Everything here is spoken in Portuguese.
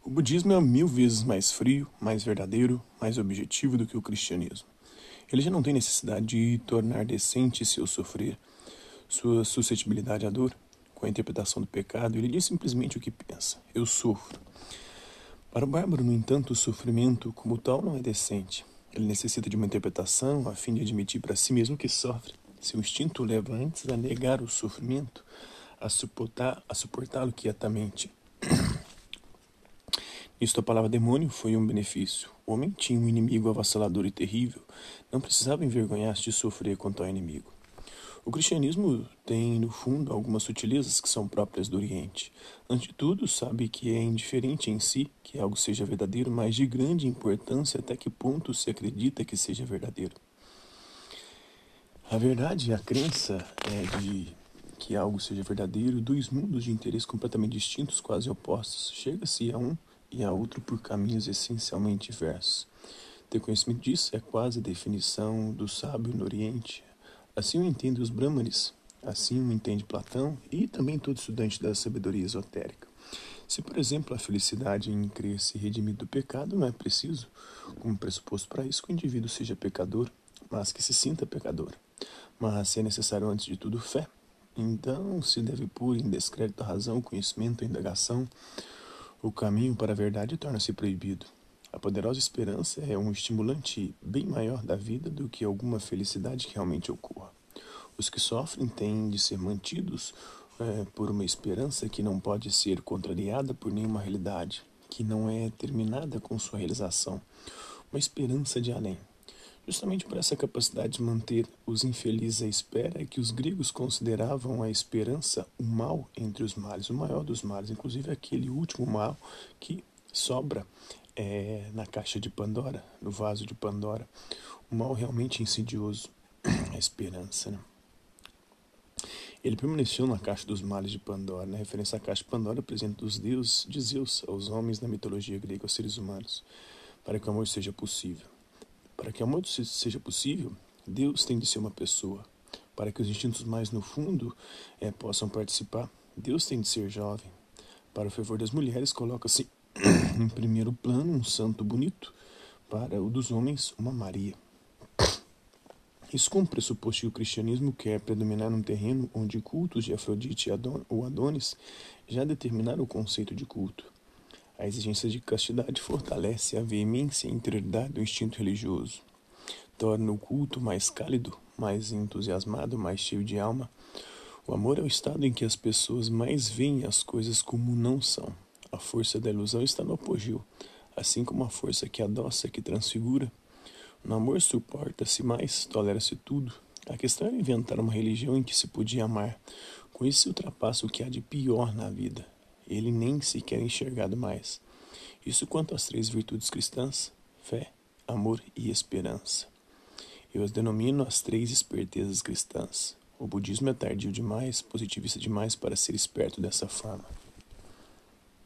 O budismo é 1000 vezes mais frio, mais verdadeiro, mais objetivo do que o cristianismo. Ele já não tem necessidade de tornar decente seu sofrer, sua suscetibilidade à dor, com a interpretação do pecado. Ele diz simplesmente o que pensa: eu sofro. Para o bárbaro, no entanto, o sofrimento como tal não é decente. Ele necessita de uma interpretação a fim de admitir para si mesmo que sofre. Seu instinto o leva antes a negar o sofrimento, a suportá-lo quietamente. Isto a palavra demônio foi um benefício. O homem tinha um inimigo avassalador e terrível. Não precisava envergonhar-se de sofrer contra o inimigo. O cristianismo tem, no fundo, algumas sutilezas que são próprias do Oriente. Antes de tudo, sabe que é indiferente em si que algo seja verdadeiro, mas de grande importância até que ponto se acredita que seja verdadeiro. A verdade, a crença de que algo seja verdadeiro, dois mundos de interesse completamente distintos, quase opostos. Chega-se a um e a outro por caminhos essencialmente diversos. Ter conhecimento disso é quase a definição do sábio no Oriente. Assim o entendem os brahmanes, assim o entende Platão e também todo estudante da sabedoria esotérica. Se, por exemplo, a felicidade em crer se redimir do pecado, não é preciso, como pressuposto para isso, que o indivíduo seja pecador, mas que se sinta pecador. Mas se é necessário antes de tudo fé, então se deve pôr em descrédito a razão, o conhecimento, a indagação. O caminho para a verdade torna-se proibido. A poderosa esperança é um estimulante bem maior da vida do que alguma felicidade que realmente ocorra. Os que sofrem têm de ser mantidos por uma esperança que não pode ser contrariada por nenhuma realidade, que não é terminada com sua realização. Uma esperança de além. Justamente por essa capacidade de manter os infelizes à espera é que os gregos consideravam a esperança o mal entre os males, o maior dos males, inclusive aquele último mal que sobra na caixa de Pandora, no vaso de Pandora. O mal realmente insidioso, a esperança, né? Ele permaneceu na caixa dos males de Pandora, na referência à caixa de Pandora, presente dos deuses de Zeus aos homens na mitologia grega, aos seres humanos, para que o amor seja possível. Para que o amor seja possível, Deus tem de ser uma pessoa. Para que os instintos mais no fundo possam participar, Deus tem de ser jovem. Para o fervor das mulheres, coloca-se em primeiro plano um santo bonito. Para o dos homens, uma Maria. Isso como pressuposto que o cristianismo quer predominar num terreno onde cultos de Afrodite ou Adonis já determinaram o conceito de culto. A exigência de castidade fortalece a veemência e interioridade do instinto religioso. Torna o culto mais cálido, mais entusiasmado, mais cheio de alma. O amor é o estado em que as pessoas mais veem as coisas como não são. A força da ilusão está no apogeu, assim como a força que adoça, que transfigura. No amor suporta-se mais, tolera-se tudo. A questão era inventar uma religião em que se podia amar. Com isso se ultrapassa o que há de pior na vida. Ele nem sequer enxergado mais. Isso quanto às 3 virtudes cristãs: fé, amor e esperança. Eu as denomino as 3 espertezas cristãs. O budismo é tardio demais, positivista demais para ser esperto dessa forma.